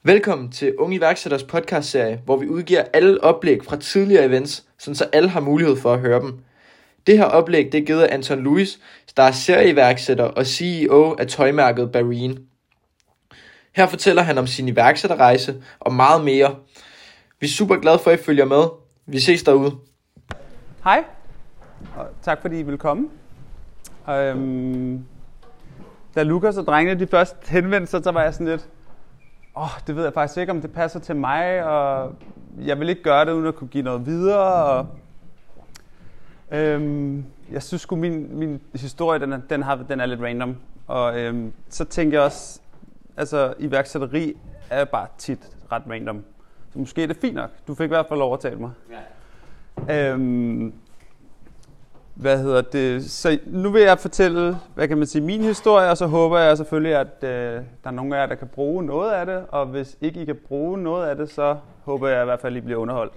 Velkommen til Unge Iværksætters podcastserie, hvor vi udgiver alle oplæg fra tidligere events, så alle har mulighed for at høre dem. Det her oplæg det er givet af Anton Louis, der er serieiværksætter og CEO af tøjmærket Barine. Her fortæller han om sin iværksætterrejse og meget mere. Vi er super glade for, at I følger med. Vi ses derude. Hej, og tak fordi I vil komme. Da Lukas og drengene de først henvendte sig, så var jeg sådan lidt, det ved jeg faktisk ikke, om det passer til mig, og jeg vil ikke gøre det, uden at kunne give noget videre. Og, jeg synes sgu, min historie, den er lidt random. Og så tænker jeg også, altså iværksætteri er bare tit ret random. Så måske er det fint nok. Du fik i hvert fald lov at tale mig. Ja. Så nu vil jeg fortælle, min historie, og så håber jeg selvfølgelig, at der er nogen af jer, der kan bruge noget af det, og hvis ikke I kan bruge noget af det, så håber jeg i hvert fald, at I bliver underholdt.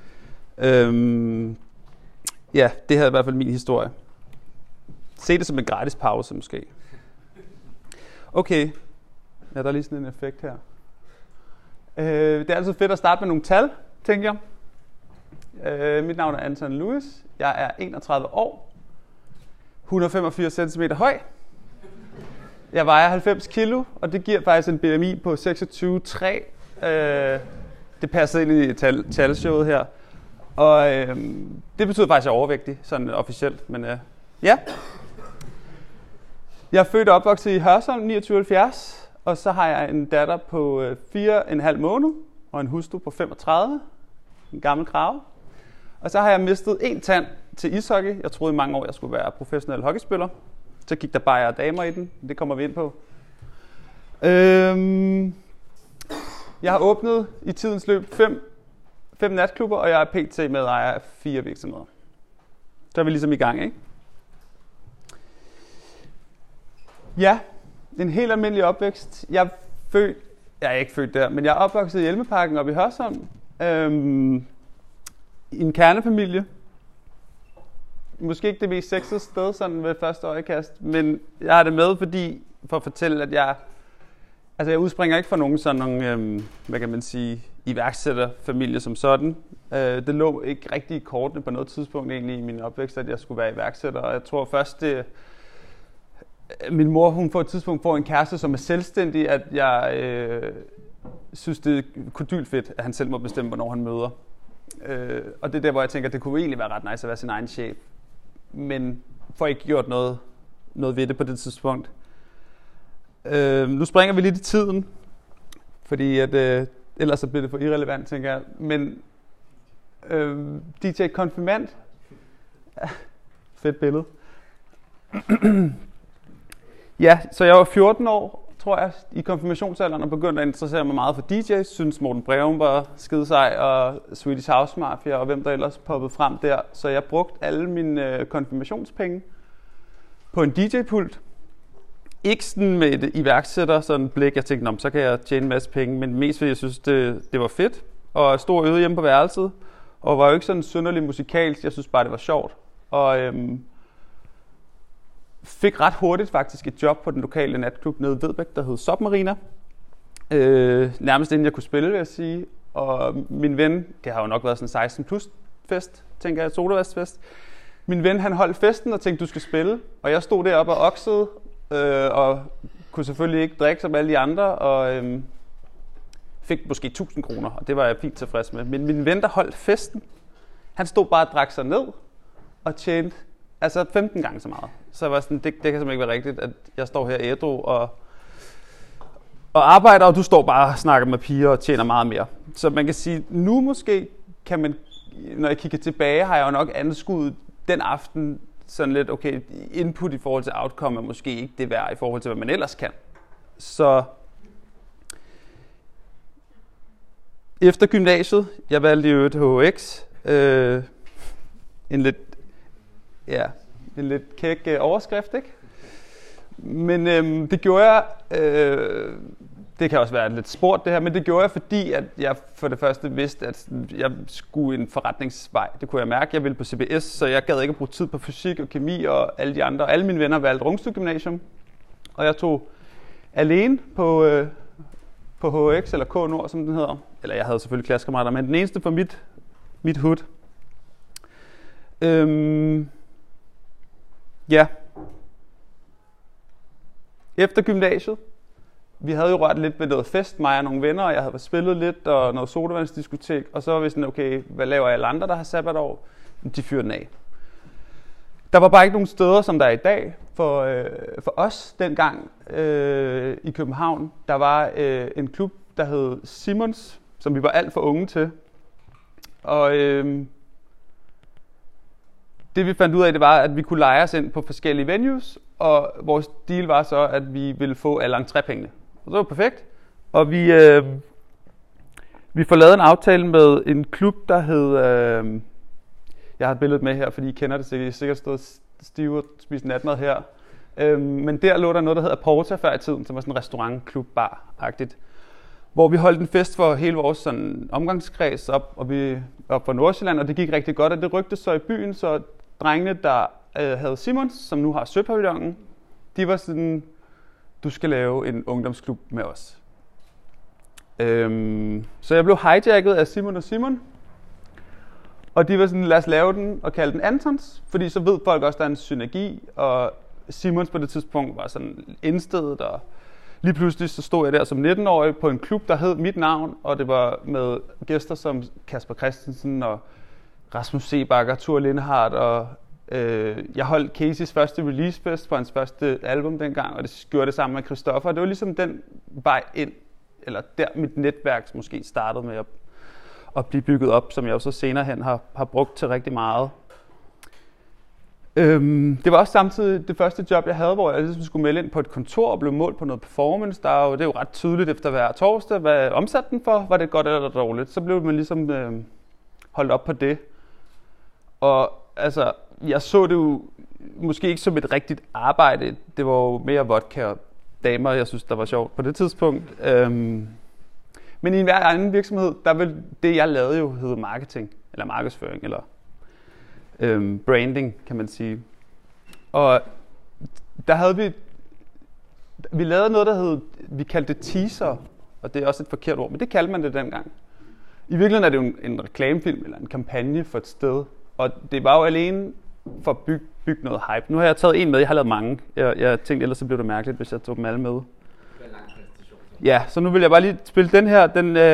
Ja, det her er i hvert fald min historie. Se det som en gratis pause måske. Okay, ja, der er lige sådan en effekt her. Det er altid fedt at starte med nogle tal, tænker jeg. Mit navn er Anton Louis. Jeg er 31 år, 185 cm høj. Jeg vejer 90 kilo, og det giver faktisk en BMI på 26,3. Det passer ind i talshowet her. Og det betyder faktisk, at jeg er overvægtig, sådan officielt. Men ja. Jeg er født og opvokset i Hørsholm, 2970. Og så har jeg en datter på 4,5 måneder og en hustru på 35. En gammel krave. Og så har jeg mistet en tand til ishockey. Jeg troede i mange år, jeg skulle være professionel hockeyspiller. Så gik der bare damer i den. Det kommer vi ind på. Jeg har åbnet i tidens løb 5 natklubber, og jeg er pt. Medejer af 4 virksomheder. Så er vi ligesom i gang, ikke? Ja, en helt almindelig opvækst. Jeg er ikke født der, men jeg er opvokset i Elmeparken oppe i Hørsholm. I en kernefamilie. Måske ikke det mest sexede sted sådan ved første øjekast, men jeg har det med, fordi for at fortælle, at jeg udspringer ikke fra nogen sådan nogle, iværksætterfamilie som sådan. Det lå ikke rigtig i kortene på noget tidspunkt egentlig i min opvækst, at jeg skulle være iværksætter, og jeg tror først min mor, hun på et tidspunkt får en kæreste, som er selvstændig, at jeg synes, det er kodylt fedt, at han selv må bestemme, hvornår han møder. Og det er der, hvor jeg tænker, at det kunne egentlig være ret nice at være sin egen chef. Men får ikke gjort noget ved det på det tidspunkt. Nu springer vi lidt i tiden, fordi at, ellers så bliver det for irrelevant, tænker jeg. Men DJ Konfirmand, fedt billede. Ja, så jeg var 14 år, tror jeg, i konfirmationsalderen og begyndte at interessere mig meget for DJ's. Synes Morten Breum var skide sej, og Swedish House Mafia, og hvem der ellers poppede frem der. Så jeg brugte alle mine konfirmationspenge på en DJ-pult. Ikke sådan med et iværksætter, sådan et blik, jeg tænkte, så kan jeg tjene en masse penge, men mest fordi jeg synes, det var fedt. Og jeg stod og øvede hjemme på værelset, og var jo ikke sådan synderlig musikalsk, jeg synes bare, det var sjovt. Og fik ret hurtigt faktisk et job på den lokale natklub nede i Vedbæk, der hed Submariner. Nærmest inden jeg kunne spille, vil jeg sige. Og min ven, det har jo nok været sådan en 16 plus fest, tænker jeg, sodavastfest. Min ven, han holdt festen og tænkte, du skal spille. Og jeg stod deroppe og oksede, og kunne selvfølgelig ikke drikke som alle de andre, og fik måske 1000 kroner, og det var jeg fint tilfreds med. Men min ven, der holdt festen, han stod bare og drak sig ned og tjente 15 gange så meget. Så jeg var sådan, det kan simpelthen ikke være rigtigt, at jeg står her ædru og arbejder, og du står bare og snakker med piger og tjener meget mere. Så man kan sige, nu måske kan man, når jeg kigger tilbage, har jeg jo nok anskuet den aften sådan lidt, okay, input i forhold til outcome er måske ikke det værd i forhold til, hvad man ellers kan. Så efter gymnasiet, jeg valgte i øvrigt HX, en lidt kæk overskrift, ikke? Men det gjorde jeg, det kan også være lidt sport det her, men det gjorde jeg, fordi at jeg for det første vidste, at jeg skulle en forretningsvej. Det kunne jeg mærke, jeg ville på CBS, så jeg gad ikke at bruge tid på fysik og kemi og alle de andre. Alle mine venner valgte Rungsted Gymnasium, og jeg tog alene på på HX, eller K-Nord, som den hedder. Eller jeg havde selvfølgelig klassekammerater, men den eneste på mit hood. Ja. Efter gymnasiet, vi havde jo rørt lidt ved noget fest, mig og nogle venner, og jeg havde spillet lidt, og noget sodavandsdiskotek, og så var vi sådan, okay, hvad laver alle andre, der har sabbatår? De fyrer den af. Der var bare ikke nogen steder, som der er i dag, for os dengang i København. Der var en klub, der hed Simons, som vi var alt for unge til. Og det vi fandt ud af, det var, at vi kunne leje os ind på forskellige venues, og vores deal var så, at vi ville få alle entrépengene. Og det var perfekt. Og vi får lavet en aftale med en klub, der hed... jeg har et billede med her, fordi I kender det sikkert. I har sikkert stået stive og spist natmad her. Men der lå der noget, der hedder Porta før i tiden, som var sådan en restaurant, klub, bar-agtigt. Hvor vi holdt en fest for hele vores sådan, omgangskreds op fra Nordsjælland, og det gik rigtig godt, og det rygtes så i byen, så drengene, der havde Simons, som nu har Søpavillonen, de var sådan, du skal lave en ungdomsklub med os. Så jeg blev hijacket af Simon og Simon, og de var sådan, lad os lave den og kalde den Antons, fordi så ved folk også, der er en synergi, og Simons på det tidspunkt var sådan indstedet, og lige pludselig så stod jeg der som 19-årig på en klub, der hed mit navn, og det var med gæster som Kasper Christensen og Rasmus Sebakker, Thor Lindhardt, og jeg holdt Caseys første releasefest på hans første album dengang, og det gjorde det sammen med Christoffer. Det var ligesom den vej ind, eller der mit netværk måske startede med at blive bygget op, som jeg også senere hen har brugt til rigtig meget. Det var også samtidig det første job, jeg havde, hvor jeg ligesom skulle melde ind på et kontor og blev målt på noget performance. Det er jo ret tydeligt efter hver torsdag, hvad omsatte den for, var det godt eller dårligt. Så blev man ligesom holdt op på det. Og altså, jeg så det jo måske ikke som et rigtigt arbejde. Det var jo mere vodka og damer, jeg synes, der var sjovt på det tidspunkt. Men i hver anden virksomhed, der vil det, jeg lavede jo hedde marketing, eller markedsføring, eller branding, kan man sige. Og der havde vi lavede noget, der hed, vi kaldte det teaser, og det er også et forkert ord, men det kaldte man det dengang. I virkeligheden er det jo en reklamefilm, eller en kampagne for et sted, og det var jo alene for at bygge noget hype. Nu har jeg taget en med, jeg har lavet mange. Jeg tænkte, ellers så blev det mærkeligt, hvis jeg tog dem alle med. Ja, så nu vil jeg bare lige spille den her.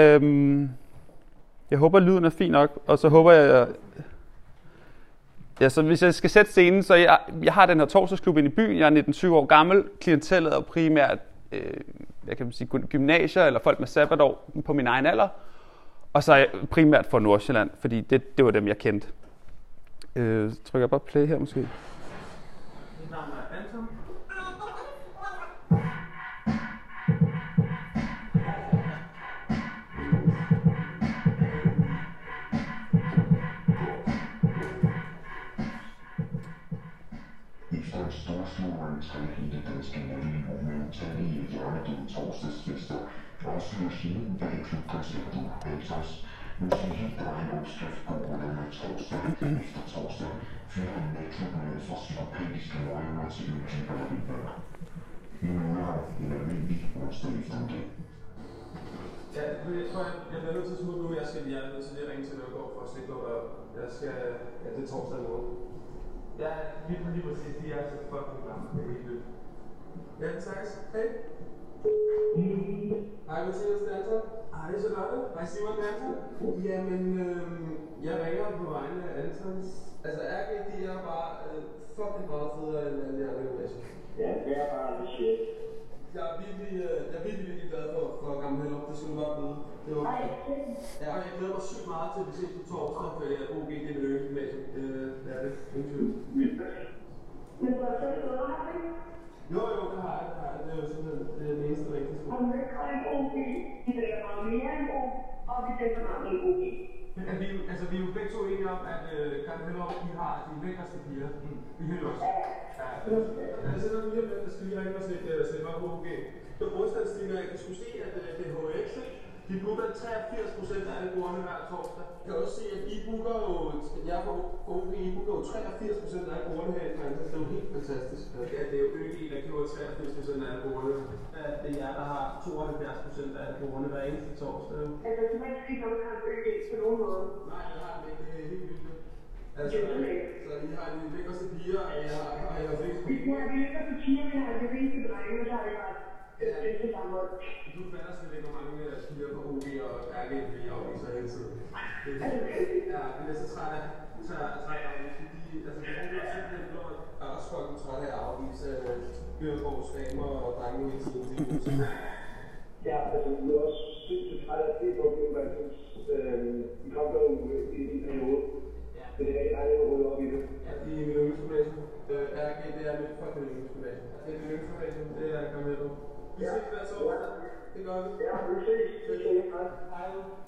Jeg håber, lyden er fin nok, og så håber jeg... Ja, så hvis jeg skal sætte scenen, så jeg har den her torsdagsklub inde i byen. Jeg er 19-20 år gammel. Klientellet er primært jeg kan sige, gymnasier eller folk med sabbatår på min egen alder. Og så er jeg primært fra Nordsjælland, fordi det var dem, jeg kendte. Så trykker jeg bare play her måske. Mit navn er Anton. Efter en storslået entré i det danske natteliv med utallige hjernedøde torsdagsfester, afslører hende bag klubkonceptet Antons. Nu sin helt egen opskrift på, hvordan man torsdag efter torsdag fylder en natklub med fra psykopatiske nøgler til en dybere vildbær. Vi møder her en almindelig onsdag eftermiddag. Ja, jeg tror, jeg bliver nødt til at smutte nu. Jeg er nødt til at ringe til Nørgaard for at slikke noget op. Ja, det er torsdag i morgen. Ja, lige præcis. De er så fucking gamle. Det er helt vildt. Ja, tak. Hej. Hej, Mathias, det er Anton. Hej, Charlotte. Hej, Simon, det er Anton. Jamen, jeg ringer på vegne af Antons. Altså, RG, de er bare fucking meget federe end alle de andre gymnasier. Ja, det er bare det shit. Jeg er virkelig glad for Gammel Hellerup. Det skal du godt vide. Ja, og jeg glæder mig sygt meget til, at vi ses på torsdag, for jeg er OG, det er mit yndlingsgymnasium. Det er det. Ingen tvivl. Men du har selv noget, har du ikke? Jo, det har jeg. Det er jo simpelthen det eneste rigtige skole. Og du ikke har en OG, de lægger meget mere end OG, og vi lægger meget en OG. Vi er jo begge to enige om, at Gammel Hellerup, de har de lækreste piger. Vi hylder os. Jeg sidder lige med, at skal lige ringe og sætte mig på OG. Det var onsdagsstimer, jeg kan skulle se, at det er HX. De booker 83% af alle brugerne hver torsdag. Jeg kan også se, at I booker jo, jeg får OG, I booker jo 83% af alle brugerne her i Frankrig. Det er jo helt fantastisk. Ja, det er jo OG, der køber 83% af alle brugerne. Det er jer, der har 72% af alle brugerne hver eneste torsdag. Altså, så man ikke noget, der har OG på nogen måde. Nej, jeg har det ikke. Det er helt vildt. Altså, så I har de lækkerste piger, og jeg har flest Vi har de lækkerste piger, vi har de rigeste drenge, og så har vi bare det til sammenhold. Du fatter slet ikke, hvor mange piger på OG og RG bliver afviser hele tiden. Ja, jeg er så træt af afvise, fordi altså, det er simpelthen lort. Jeg er også fucking træt af at afvise Bjørnborgs damer og drenge hele tiden. Ja, altså, vi er også sindssygt træt af at se på Bjørnborg. Vi kom jo i en periode. Så det er rigtig dejligt at rulle op i det. Ja, det er min yndlingsgymnasium. RG, det er mit fucking yndlingsgymnasium. Det er min yndlingsgymnasium, det er jeg kommet med på. Vi ses hver torsdag. Det gør vi. Ja, vi ses. Vi ses. Hej.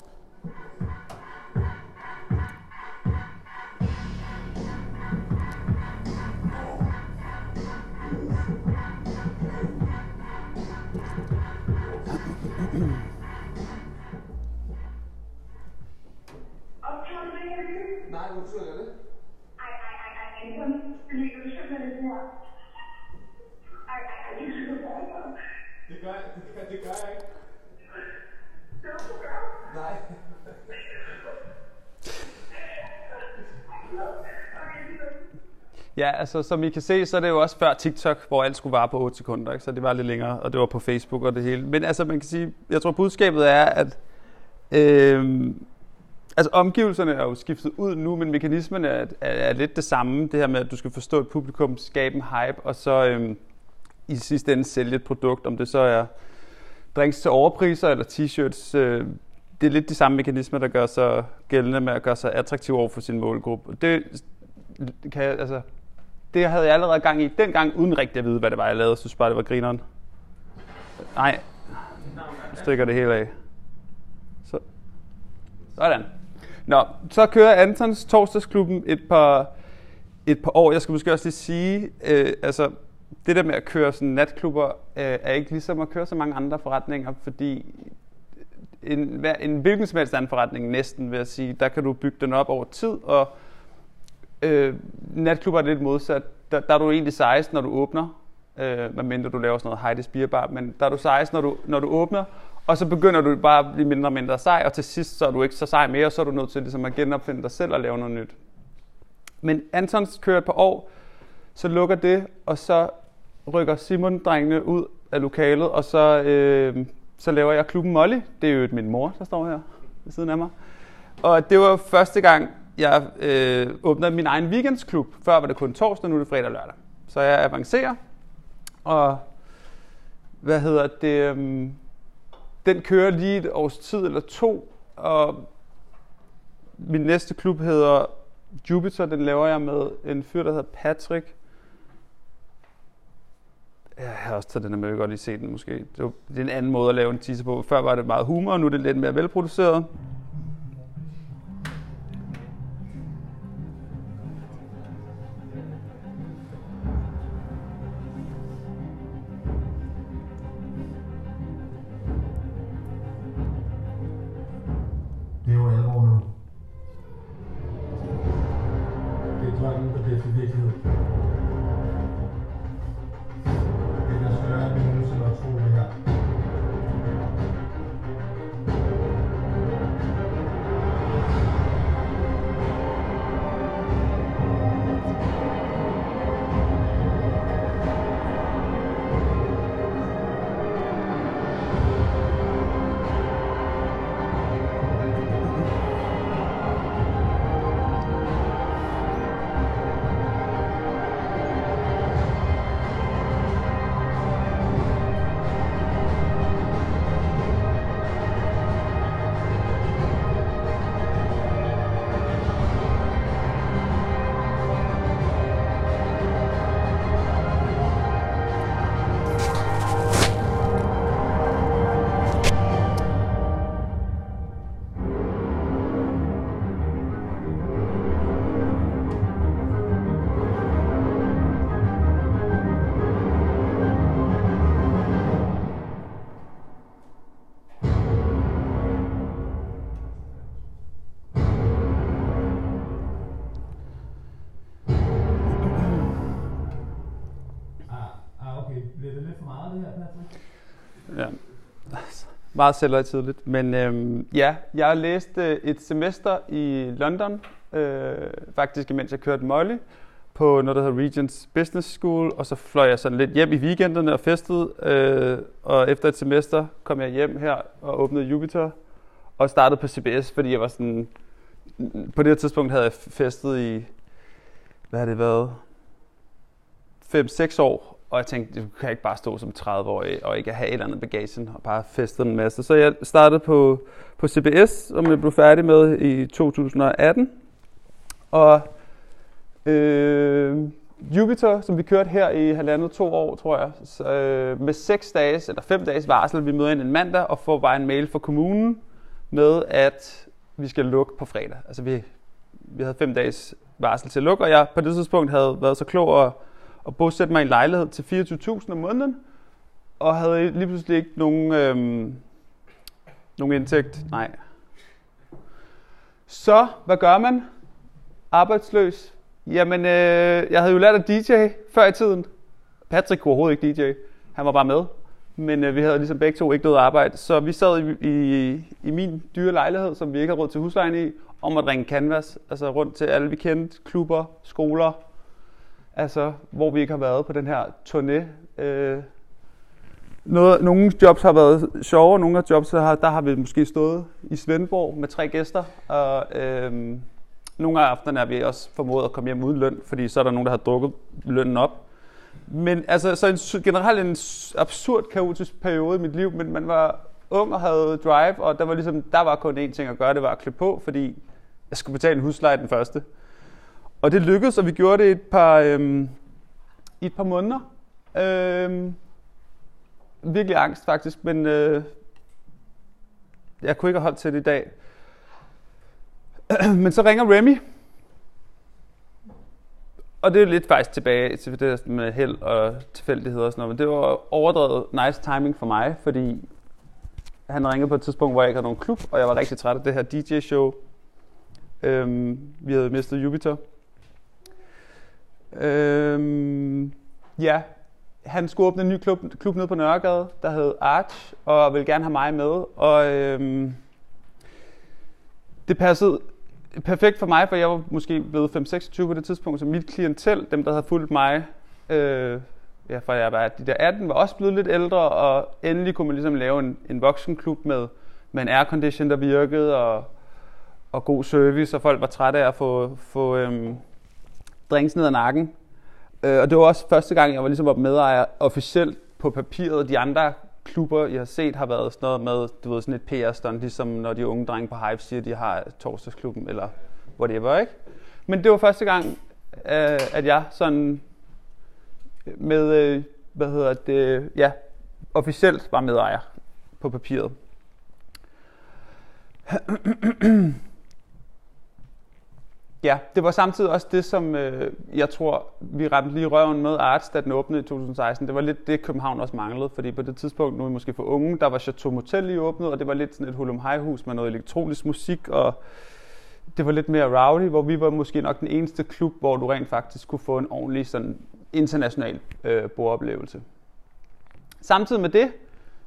Optager du det her? Nej, hvor betyder jeg det? Ej, det ligger jo simpelthen det her. Ej, det er så godt. Det gør jeg ikke. Det er så godt. Nej. Ja, altså som I kan se, så er det jo også før TikTok, hvor alt skulle vare på 8 sekunder, ikke? Så det var lidt længere, og det var på Facebook og det hele. Men altså man kan sige, jeg tror budskabet er, at altså omgivelserne er jo skiftet ud nu, men mekanismerne er lidt det samme. Det her med, at du skal forstå et publikum, skabe en hype, og så i sidste ende sælge et produkt, om det så er drinks til overpriser eller t-shirts. Det er lidt de samme mekanismer, der gør sig gældende med at gøre sig attraktiv over for sin målgruppe. Det havde jeg allerede gang i dengang, uden rigtig at vide, hvad det var, jeg lavede. Jeg synes bare, det var grineren. Nej, jeg stikker det hele af. Sådan. Nå, så kører Antons Torsdagsklubben et par år. Jeg skal måske også lige sige, altså det der med at køre sådan natklubber, er ikke ligesom at køre så mange andre forretninger, fordi en hvilken som helst anden forretning næsten, vil jeg sige, der kan du bygge den op over tid, og natklubber er lidt modsat. Der er du egentlig 16, når du åbner, medmindre du laver sådan noget Heidi's Beer Bar, men der er du 16, når du åbner, og så begynder du bare at blive mindre og mindre sej, og til sidst så er du ikke så sej mere, og så er du nødt til ligesom at genopfinde dig selv og lave noget nyt. Men Antons kører et par år, så lukker det, og så rykker Simon-drengene ud af lokalet, og så laver jeg klubben Molly. Det er jo min mor, der står her ved siden af mig. Og det var første gang, jeg åbnede min egen weekendsklub. Før var det kun torsdag, nu er det fredag og lørdag. Så jeg avancerer, og den kører lige et års tid eller 2, og min næste klub hedder Jupiter. Den laver jeg med en fyr, der hedder Patrick. Jeg har også taget den her med, jeg godt lige se den måske. Det er en anden måde at lave en teaser på. Før var det meget humor, og nu er det lidt mere velproduceret. Det er jo alvor nu. Det er drømmen, der bliver til virkelighed. Det er større, end vi nogensinde har troet det her. Meget selvhøjtideligt. Men jeg læste et semester i London, faktisk imens jeg kørte Molly, på noget, der hedder Regents Business School, og så fløj jeg sådan lidt hjem i weekenderne og festede, og efter et semester kom jeg hjem her og åbnede Jupiter, og startede på CBS, fordi jeg var sådan, på det her tidspunkt havde jeg festet i, hvad har det været, 5-6 år, og jeg tænkte, det kan jeg ikke bare stå som 30-årig og ikke have et eller andet bagagen og bare feste en masse. Så jeg startede på CBS, som jeg blev færdig med i 2018, og Jupiter, som vi kørte her i 1,5-2 år, tror jeg, så, med 6 dages eller 5 dages varsel. Vi møder ind en mandag og får bare en mail fra kommunen med, at vi skal lukke på fredag. Altså vi havde 5 dages varsel til at lukke, og jeg på det tidspunkt havde været så klog at bosætte mig i en lejlighed til 24.000 om måneden, og havde lige pludselig ikke nogen indtægt. Nej. Så, hvad gør man? Arbejdsløs. Jamen, jeg havde jo lært at DJ før i tiden. Patrick kunne overhovedet ikke DJ. Han var bare med. Men vi havde ligesom begge to ikke noget arbejde. Så vi sad i min dyre lejlighed, som vi ikke havde råd til huslejen i, om at ringe canvas. Altså rundt til alle vi kendte, klubber, skoler. Altså, hvor vi ikke har været på den her turné. Nogle jobs har været sjove, nogle af jobs der har vi måske stået i Svendborg med 3 gæster. Og nogle af aftenerne er vi også formået at komme hjem uden løn, fordi så er der nogen, der har drukket lønnen op. Men altså, så generelt en absurd kaotisk periode i mit liv, men man var ung og havde drive, og der var kun én ting at gøre, det var at klippe på, fordi jeg skulle betale en husleje den første. Og det lykkedes, og vi gjorde det i et par måneder. Virkelig angst faktisk, men jeg kunne ikke have holdt til det i dag. Men så ringer Remy. Og det er lidt faktisk tilbage til det med held og tilfældigheder og sådan noget. Men det var overdrevet nice timing for mig, fordi han ringede på et tidspunkt, hvor jeg ikke havde nogen klub, og jeg var rigtig træt af det her DJ-show. Vi havde mistet Jupiter. Ja, han skulle åbne en ny klub nede på Nørregade, der hed Arch, og ville gerne have mig med. Og det passede perfekt for mig, for jeg var måske blevet 5-26 på det tidspunkt, så mit klientel, dem der havde fulgt mig, for jeg var de der 18, var også blevet lidt ældre, og endelig kunne man ligesom lave en voksenklub med en aircondition, der virkede, og god service, og folk var trætte af at få drinks ned ad nakken. Og det var også første gang, jeg var ligesom medejer officielt på papiret. De andre klubber, jeg har set, har været sådan noget med, du ved, sådan et PR-stunt, ligesom når de unge drenge på Hive siger, de har torsdagsklubben, eller whatever, ikke? Men det var første gang, at jeg sådan med, officielt var medejer på papiret. Ja, det var samtidig også det, som jeg tror, vi ramte lige røven med Arts, da den åbnede i 2016. Det var lidt det, København også manglede, fordi på det tidspunkt, nu er vi måske for unge, der var Chateau Motel lige åbnet, og det var lidt sådan et hul-om-hej-hus med noget elektronisk musik, og det var lidt mere rowdy, hvor vi var måske nok den eneste klub, hvor du rent faktisk kunne få en ordentlig sådan international bordoplevelse. Samtidig med det,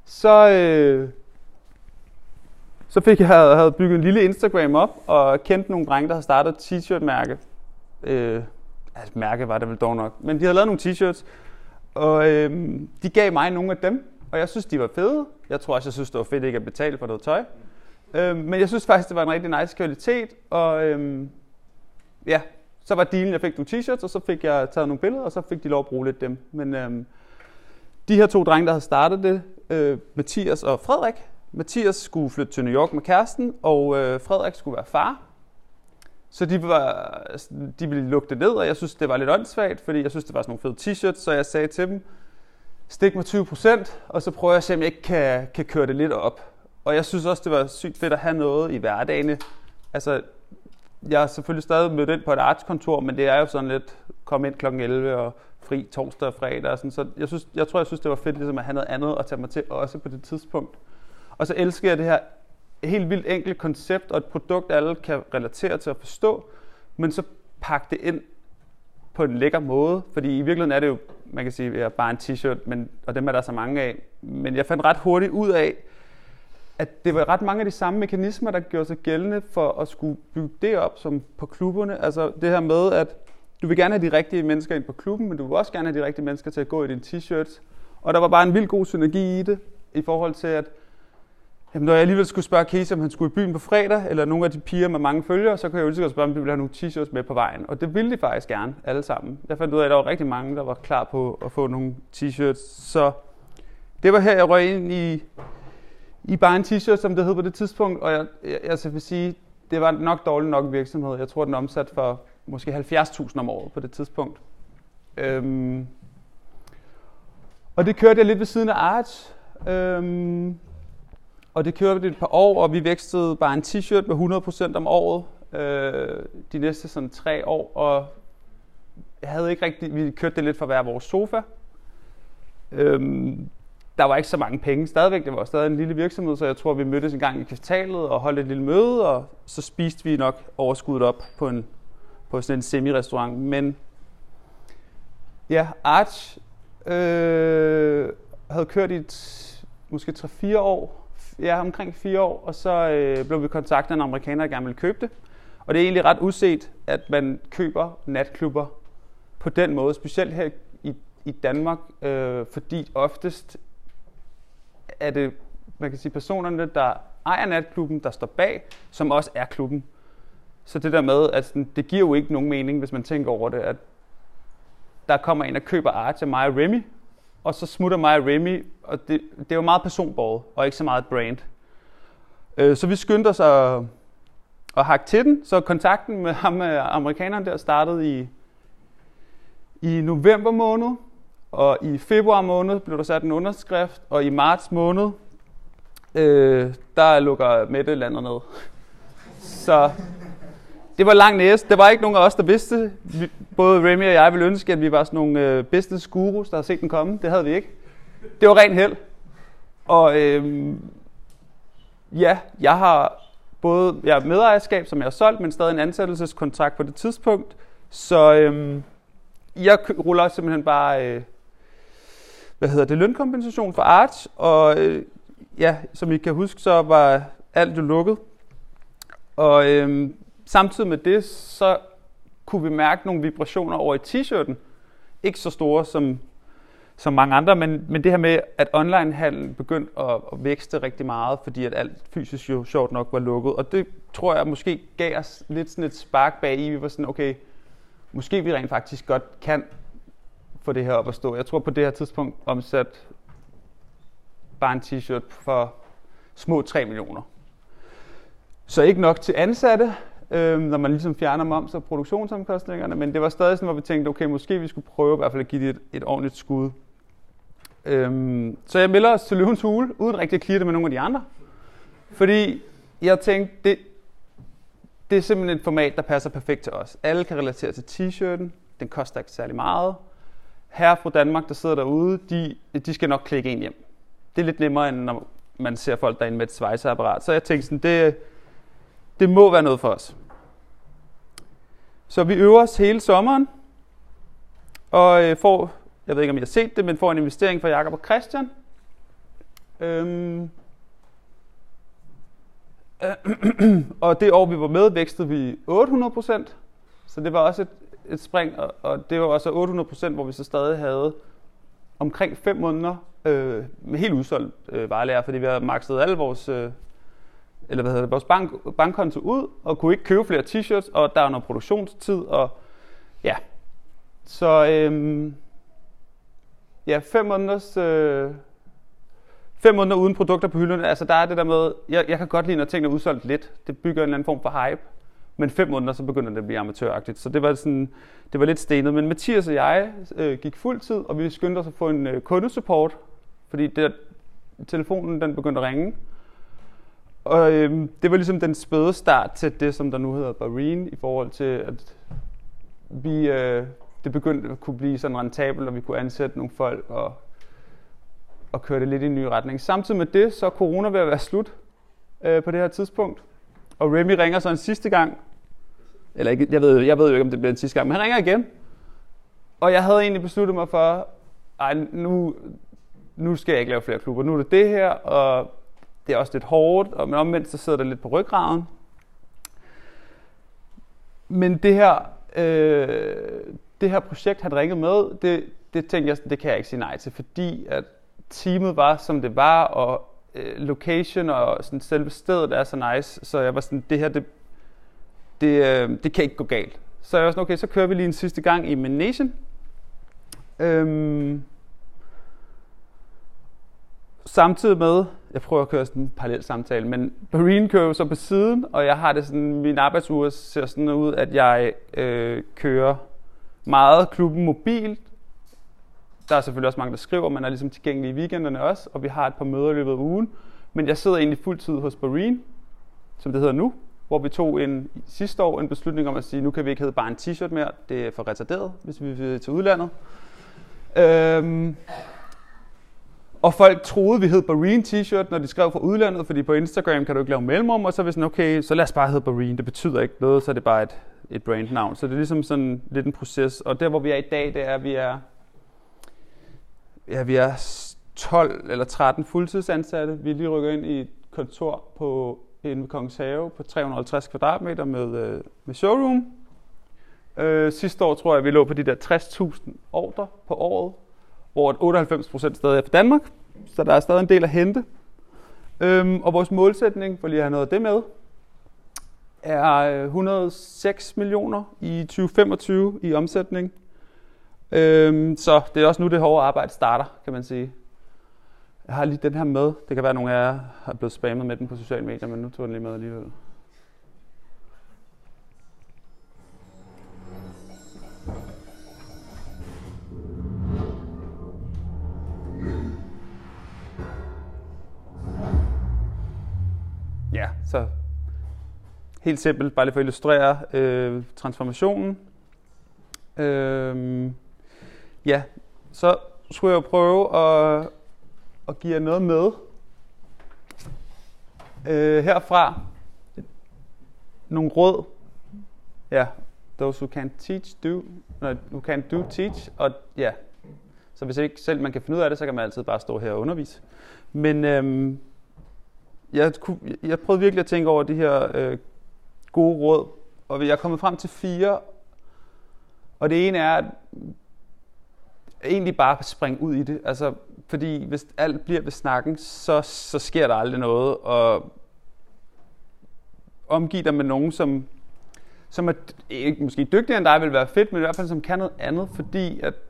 så fik jeg havde bygget en lille Instagram op, og kendte nogle drenge, der havde startet et t-shirt-mærke. Mærke var det vel dog nok. Men de havde lavet nogle t-shirts, og de gav mig nogle af dem, og jeg synes, de var fede. Jeg tror også, jeg synes, det var fedt ikke at betale for noget tøj. Men jeg synes faktisk, det var en rigtig nice kvalitet, og så var dealen, jeg fik nogle t-shirts, og så fik jeg taget nogle billeder, og så fik de lov at bruge lidt dem. Men de her 2 drenge, der havde startet det, Mathias og Frederik. Mathias skulle flytte til New York med kæresten, og Frederik skulle være far. Så de ville lukke det ned, og jeg synes, det var lidt åndssvagt, fordi jeg synes, det var sådan nogle fede t-shirts, så jeg sagde til dem, stik mig 20%, og så prøver jeg at se, om jeg ikke kan køre det lidt op. Og jeg synes også, det var sygt fedt at have noget i hverdagene. Altså, jeg har selvfølgelig stadig mødt ind på et artskontor, men det er jo sådan lidt, kom ind kl. 11 og fri torsdag og fredag. Og sådan, så jeg tror, det var fedt ligesom at have noget andet at tage mig til, også på det tidspunkt. Og så elsker jeg det her helt vildt enkelt koncept, og et produkt, alle kan relatere til at forstå, men så pakke det ind på en lækker måde, fordi i virkeligheden er det jo, man kan sige, bare en t-shirt, og dem er der så mange af. Men jeg fandt ret hurtigt ud af, at det var ret mange af de samme mekanismer, der gjorde sig gældende for at skulle bygge det op som på klubberne. Altså det her med, at du vil gerne have de rigtige mennesker ind på klubben, men du vil også gerne have de rigtige mennesker til at gå i din t-shirts. Og der var bare en vild god synergi i det, i forhold til, at jamen, når jeg alligevel skulle spørge Casey, om han skulle i byen på fredag, eller nogle af de piger med mange følgere, så kunne jeg jo lige så spørge, om de ville have nogle t-shirts med på vejen. Og det ville de faktisk gerne, alle sammen. Jeg fandt ud af, at der var rigtig mange, der var klar på at få nogle t-shirts. Så det var her, jeg røg ind i bare en t-shirt, som det hed på det tidspunkt. Og jeg vil sige, det var nok dårligt nok virksomhed. Jeg tror, den omsat for måske 70.000 om året på det tidspunkt. Og det kørte jeg lidt ved siden af Arch. Og det kørte et par år, og vi vækstede bare en t-shirt med 100% om året de næste sådan 3 år. Og jeg havde ikke rigtig, vi kørte det lidt for hver vores sofa. Der var ikke så mange penge stadigvæk, det var stadig en lille virksomhed, så jeg tror, vi mødtes en gang i kvartalet og holdt et lille møde, og så spiste vi nok overskuddet op på sådan en semi-restaurant. Men ja, Arch havde kørt i måske 3-4 år, ja, omkring 4 år, og så blev vi kontaktet af en amerikaner, der gerne ville købe det. Og det er egentlig ret uset, at man køber natklubber på den måde, specielt her i Danmark, fordi oftest er det, man kan sige, personerne, der ejer natklubben, der står bag, som også er klubben. Så det der med, at det giver jo ikke nogen mening, hvis man tænker over det, at der kommer en og køber Arch af mig og Remy, og så smutter mig og Remy, og det er jo meget personbåret, og ikke så meget brand. Så vi skyndte os at hakke til den, så kontakten med ham, amerikaneren der, startede i november måned, og i februar måned blev der sat en underskrift, og i marts måned, der lukker Mette landet ned. Så det var lang næse. Det var ikke nogen af os, der vidste. Både Remy og jeg ville ønske, at vi var sådan nogle business gurus, der havde set den komme. Det havde vi ikke. Det var ren held. Og ja, jeg har medejerskab, som jeg har solgt, men stadig en ansættelseskontrakt på det tidspunkt. Så jeg ruller simpelthen bare lønkompensation for Arch, og ja, som I kan huske, så var alt jo lukket. Og samtidig med det, så kunne vi mærke nogle vibrationer over i t-shirten. Ikke så store som mange andre, men det her med, at onlinehandlen begyndte at vækste rigtig meget, fordi at alt fysisk jo sjovt nok var lukket. Og det tror jeg måske gav os lidt sådan et spark bag i. Vi var sådan, okay, måske vi rent faktisk godt kan få det her op at stå. Jeg tror på det her tidspunkt omsat bare en t-shirt for små 3 millioner. Så ikke nok til ansatte, når man ligesom fjerner moms og produktionsomkostningerne, men det var stadig sådan, hvor vi tænkte, okay, måske vi skulle prøve i hvert fald at give det et ordentligt skud. Så jeg melder os til Løvens Hule, uden rigtig at klire det med nogle af de andre. Fordi jeg tænkte, det er simpelthen et format, der passer perfekt til os. Alle kan relatere til t-shirten, den koster ikke særlig meget. Her fra Danmark, der sidder derude, de skal nok klikke en hjem. Det er lidt nemmere, end når man ser folk derinde med et svejseapparat. Så jeg tænkte sådan, det må være noget for os. Så vi øver os hele sommeren, og får, jeg ved ikke om I har set det, men får en investering fra Jakob og Christian. Og det år vi var med, vækstede vi 800%, så det var også et spring, og det var også 800%, hvor vi så stadig havde omkring 5 måneder med helt udsolgt varelager, fordi vi har makset alle vores vores bankkonto ud, og kunne ikke købe flere t-shirts, og der er noget produktionstid, og ja. Så 5 måneder uden produkter på hylderne, altså der er det der med, jeg kan godt lide, når tingene er udsolgt lidt, det bygger en eller anden form for hype, men 5 måneder, så begynder det at blive amatøragtigt, så det var lidt stenet, men Mathias og jeg gik fuld tid, og vi skyndte os at få en kundesupport, fordi telefonen den begyndte at ringe. Og det var ligesom den spæde start til det, som der nu hedder Barrien, i forhold til, at det begyndte at kunne blive sådan rentabelt, og vi kunne ansætte nogle folk og køre det lidt i en ny retning. Samtidig med det, så er corona ved at være slut på det her tidspunkt. Og Remy ringer så en sidste gang. Eller ikke, jeg ved jo ikke, om det bliver en sidste gang, men han ringer igen. Og jeg havde egentlig besluttet mig for, nu skal jeg ikke lave flere klubber. Nu er det her, og det er også lidt hårdt, men omvendt så sidder der lidt på ryggraden. Men det her projekt, han ringede med, det tænkte jeg, det kan jeg ikke sige nej til, fordi at teamet var, som det var, og location og sådan selve stedet er så nice, så jeg var sådan, det her, det kan ikke gå galt. Så jeg var sådan, okay, så kører vi lige en sidste gang i Manation. Samtidig med, jeg prøver at køre sådan en parallel samtale, men Barrien kører jo så på siden, og jeg har det sådan, min arbejdsuge ser sådan ud, at jeg kører meget klubben mobilt. Der er selvfølgelig også mange, der skriver, man er ligesom tilgængelig i weekenderne også, og vi har et par møder i løbet af ugen. Men jeg sidder egentlig fuldtid hos Barrien, som det hedder nu, hvor vi tog sidste år en beslutning om at sige, nu kan vi ikke hedde bare en t-shirt mere, det er for retarderet, hvis vi vil til udlandet. Og folk troede, vi hed Barrien t-shirt, når de skrev fra udlandet, fordi på Instagram kan du ikke lave mellemrum, og så er vi sådan, okay, så lad os bare hedde Barrien, det betyder ikke noget, så er det bare et brandnavn. Så det er ligesom sådan lidt en proces, og der hvor vi er i dag, det er, at vi er 12 eller 13 fuldtidsansatte. Vi lige rykker ind i et kontor inde ved Kongens Have på 350 kvadratmeter med showroom. Sidste år tror jeg, vi lå på de der 60.000 ordre på året, hvor 98% stadig er fra Danmark, så der er stadig en del at hente. Og vores målsætning, for lige at have noget af det med, er 106 millioner i 2025 i omsætning. Så det er også nu, det hårde arbejde starter, kan man sige. Jeg har lige den her med. Det kan være, at nogle af jer har blevet spammet med den på sociale medier, men nu tog jeg den lige med alligevel. Ja, så helt simpelt, bare lige for at illustrere transformationen. Ja, så skulle jeg prøve at give jer noget med herfra. Nogle råd. Ja, those who can't teach, do. Who can't do, teach. Og ja, så hvis ikke selv man kan finde ud af det, så kan man altid bare stå her og undervise. Men jeg prøvede virkelig at tænke over de her gode råd, og jeg er kommet frem til 4. Og det ene er at egentlig bare springe ud i det. Altså, fordi hvis alt bliver ved snakken, så sker der aldrig noget. Og omgive dig med nogen, som er ikke måske dygtigere end dig, vil være fedt, men i hvert fald som kan noget andet, fordi at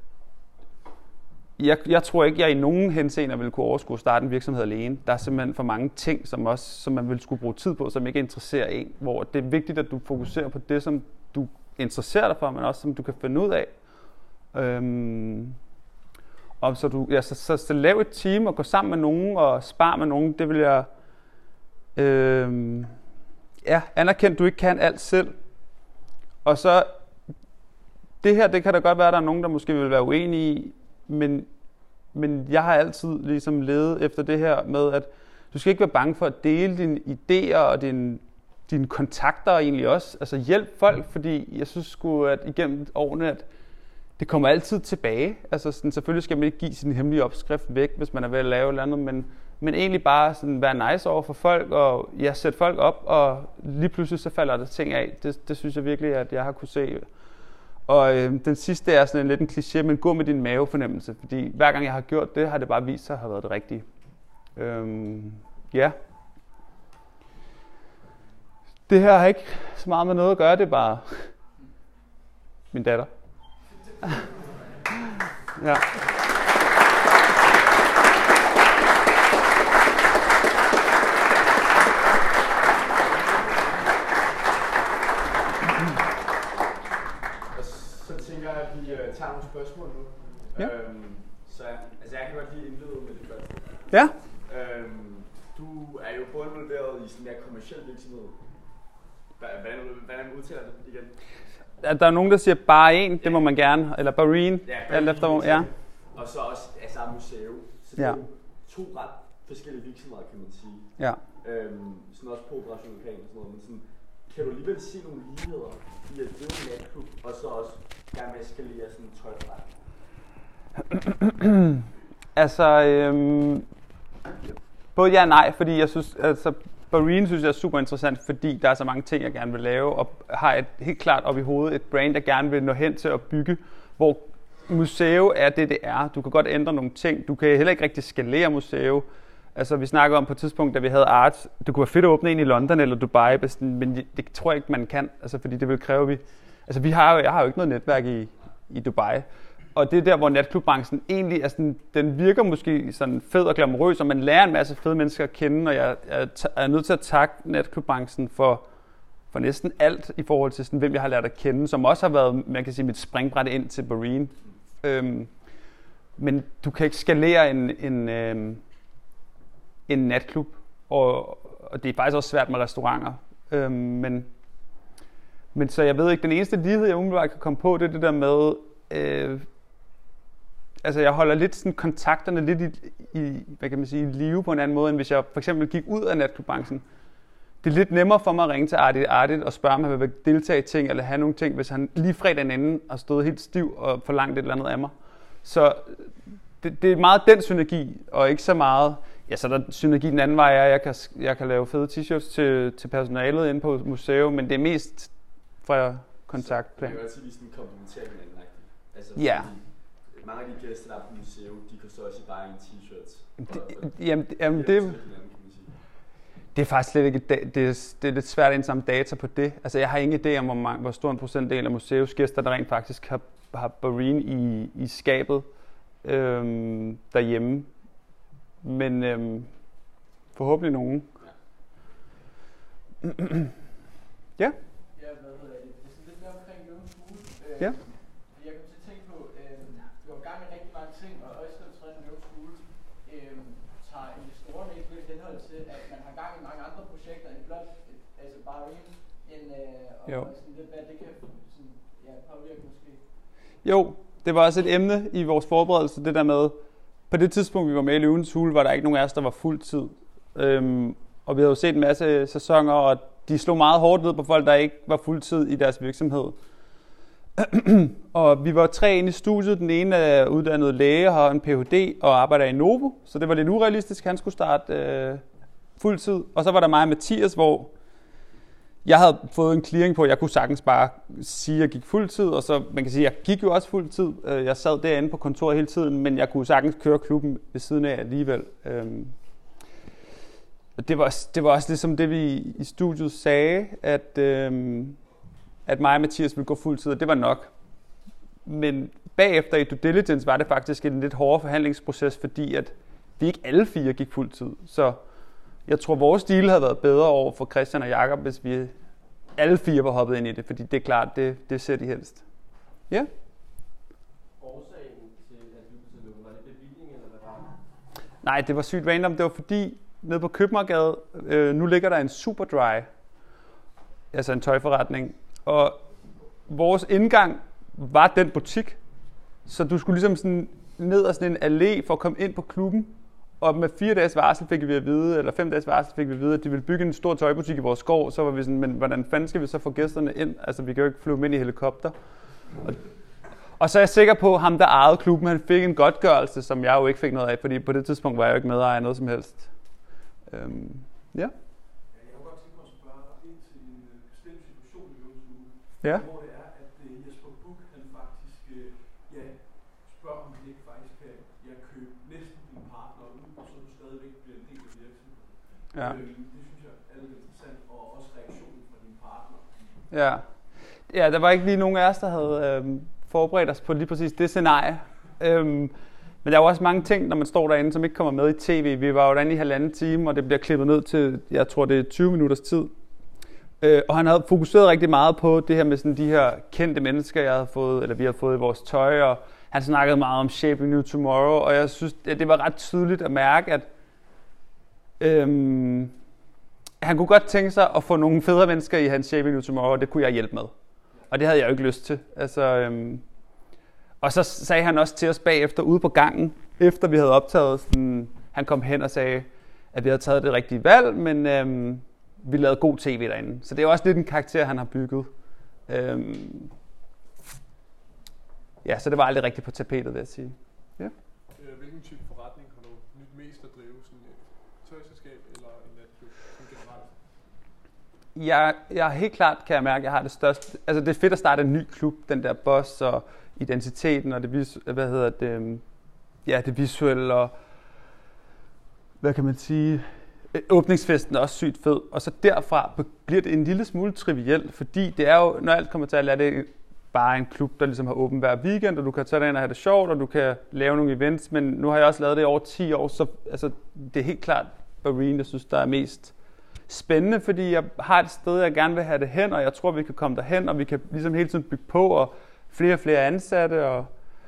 jeg tror ikke, jeg i nogen henseender vil kunne overskue at starte en virksomhed alene. Der er simpelthen for mange ting, som man vil skulle bruge tid på, som ikke interesserer en. Hvor det er vigtigt, at du fokuserer på det, som du interesserer dig for, men også som du kan finde ud af. Og så lav et team og gå sammen med nogen og spar med nogen. Det vil jeg anerkende, du ikke kan alt selv. Og så det her, det kan da godt være, at der er nogen, der måske vil være uenige i, men jeg har altid ligesom ledet efter det her med, at du skal ikke være bange for at dele dine idéer og dine kontakter egentlig også. Altså hjælp folk, fordi jeg synes sgu, at igennem årene, at det kommer altid tilbage. Altså sådan, selvfølgelig skal man ikke give sin hemmelige opskrift væk, hvis man er ved at lave et eller andet, men egentlig bare sådan være nice over for folk, og sætte folk op, og lige pludselig så falder der ting af. Det synes jeg virkelig, at jeg har kunne se. Og den sidste er sådan lidt en kliché, men gå med din mavefornemmelse, fordi hver gang jeg har gjort det, har det bare vist sig at have været det rigtige. Ja. Det her har ikke så meget med noget at gøre, det er bare min datter. Ja. Tager nogle spørgsmål nu. Ja. Så altså jeg kan godt lige indlede med det første. Ja. Du er jo både involveret i sådan en mere kommerciel virksomhed. Hvordan udtaler det igen? Der er nogen, der siger bare en, det må man gerne, eller Barrien, alt efter hvor, ja. Og så også altså museum. Så det er jo 2 ret forskellige virksomheder, kan man sige. Ja. Sådan også på Operation Lokal og sådan noget, men sådan, kan du alligevel se nogle ligheder i at drive en natklub, og så også gerne med at skalere sådan en tøjforretning? både ja og nej, fordi jeg synes, altså Barrien synes jeg er super interessant, fordi der er så mange ting, jeg gerne vil lave, og har et helt klart op i hovedet et brand, jeg gerne vil nå hen til at bygge, hvor museum er det er. Du kan godt ændre nogle ting. Du kan heller ikke rigtig skalere museum. Altså, vi snakker om på et tidspunkt, da vi havde art. Det kunne være fedt at åbne en i London eller Dubai, men det tror jeg ikke, man kan. Altså, fordi det vil kræve, Altså, jeg har jo ikke noget netværk i Dubai. Og det er der, hvor natklubbrancen egentlig er sådan, den virker måske sådan fed og glamourøs, og man lærer en masse fede mennesker at kende, og jeg er nødt til at takke natklubbrancen for næsten alt i forhold til sådan, hvem jeg har lært at kende, som også har været, man kan sige, mit springbræt ind til Barrien. Men du kan ikke skalere en natklub, og det er faktisk også svært med restauranter. Men så jeg ved ikke, den eneste lighed, jeg umiddelbart kan komme på, det er det der med, altså jeg holder lidt sådan kontakterne lidt i hvad kan man sige, i live på en anden måde, end hvis jeg for eksempel gik ud af natklubbrancen. Det er lidt nemmere for mig at ringe til Ardit og spørge, om han vil deltage i ting, eller have nogle ting, hvis han lige fredagen inden har stået helt stiv og forlangt et eller andet af mig. Så det er meget den synergi, og ikke så meget. Ja, så der synergi den anden vej er, at jeg kan lave fede t-shirts til personalet inde på museum, men det er mest fra kontaktplan. Så det er jo altid lige sådan komplementær med hinanden. Altså, ja. Mange af de gæster, der er på museum, de kan så også bare i en t-shirt. Jamen det er faktisk slet ikke, det er lidt svært at indsamle data på det. Altså jeg har ingen idé om, hvor stor en procentdel af museumsgæster, der rent faktisk har Barrien i skabet derhjemme. Men forhåbentlig nogen. Ja. Ja, hvad hedder det? Det er sådan lidt mere omkring Løvens Hule. Ja. Jeg kan til at tænke på, du har gang i rigtig mange ting, og også når Løvens Hule tager investorerne ikke lidt henhold til, at man har gang i mange andre projekter end blot altså Barrien, og sådan lidt, hvad det kan sådan, påvirke måske. Jo, det var også et emne i vores forberedelse, det der med, på det tidspunkt, vi var med i Løvens Hule, var der ikke nogen af os, der var fuldtid. Og vi havde jo set en masse sæsoner, og de slog meget hårdt ned på folk, der ikke var fuldtid i deres virksomhed. Og vi var 3 inde i studiet. Den ene er uddannet læge, har en Ph.D. og arbejder i Novo. Så det var lidt urealistisk, han skulle starte fuldtid. Og så var der mig og Mathias, hvor jeg havde fået en clearing på, at jeg kunne sagtens bare sige, at jeg gik fuldtid. Og så, man kan sige, at jeg gik jo også fuldtid. Jeg sad derinde på kontoret hele tiden, men jeg kunne sagtens køre klubben ved siden af alligevel. Det var også ligesom det, vi i studiet sagde, at mig og Mathias ville gå fuldtid, og det var nok. Men bagefter i due diligence var det faktisk en lidt hårdere forhandlingsproces, fordi at vi ikke alle 4 gik fuldtid. Så jeg tror, vores deal havde været bedre over for Christian og Jakob, hvis vi alle 4 var hoppet ind i det, fordi det er klart, det ser de helst. Ja? Årsagen til, at du blev lukket, var det bevilling, eller hvad var det? Nej, det var sygt random. Det var fordi, nede på Købmagergade, nu ligger der en Superdry, altså en tøjforretning, og vores indgang var den butik, så du skulle ligesom sådan ned ad sådan en allé for at komme ind på klubben, og med 4 dages varsel fik vi at vide, eller 5 dages varsel fik vi at vide, at de ville bygge en stor tøjbutik i vores skov, så var vi sådan, men hvordan fanden skal vi så få gæsterne ind? Altså vi kan jo ikke flyve dem ind i helikopter. Og så er jeg sikker på, at ham der ejede klubben, han fik en godtgørelse, som jeg jo ikke fik noget af, fordi på det tidspunkt var jeg jo ikke medejer af noget som helst. Ja. Jeg kunne godt tænke mig at spørge dig ind til en bestemt situation i Løvens Hule, hvor det er, at Jesper Buch, han faktisk spørger, om det ikke faktisk kan købe næsten din partner ud, og så du stadigvæk bliver en del af virksomheden. Ja. Det synes jeg er lidt interessant, og også reaktionen fra din partner. Ja, der var ikke lige nogen af os, der havde forberedt os på lige præcis det scenarie. Men der er jo også mange ting, når man står derinde, som ikke kommer med i tv. Vi var jo derinde i 1,5 time, og det bliver klippet ned til, jeg tror det er 20 minutters tid. Og han havde fokuseret rigtig meget på det her med sådan de her kendte mennesker, jeg havde fået, eller vi har fået i vores tøj, og han snakkede meget om Shaping New Tomorrow, og jeg synes, at det var ret tydeligt at mærke, at han kunne godt tænke sig at få nogle federe mennesker i hans Shaping New Tomorrow, og det kunne jeg hjælpe med. Og det havde jeg jo ikke lyst til. Altså, og så sagde han også til os bagefter ude på gangen, efter vi havde optaget, sådan, han kom hen og sagde, at vi havde taget det rigtige valg, men vi lavede god tv derinde. Så det er også lidt en karakter, han har bygget. Ja, så det var aldrig rigtigt på tapetet, vil jeg sige. Ja. Hvilken type forretning har du nyt mest at drive? Sådan et tøjselskab Jeg helt klart, kan jeg mærke, jeg har det største... Altså, det er fedt at starte en ny klub, den der boss og identiteten og det det visuelle og... Hvad kan man sige? Åbningsfesten er også sygt fed. Og så derfra bliver det en lille smule trivielt, fordi det er jo, når alt kommer til at lade det bare en klub, der ligesom har åben hver weekend, og du kan tage dig ind og have det sjovt, og du kan lave nogle events, men nu har jeg også lavet det i over 10 år, så altså, det er helt klart Barrien, jeg synes, der er mest spændende, fordi jeg har et sted, jeg gerne vil have det hen, og jeg tror, vi kan komme derhen, og vi kan ligesom hele tiden bygge på, og flere ansatte, og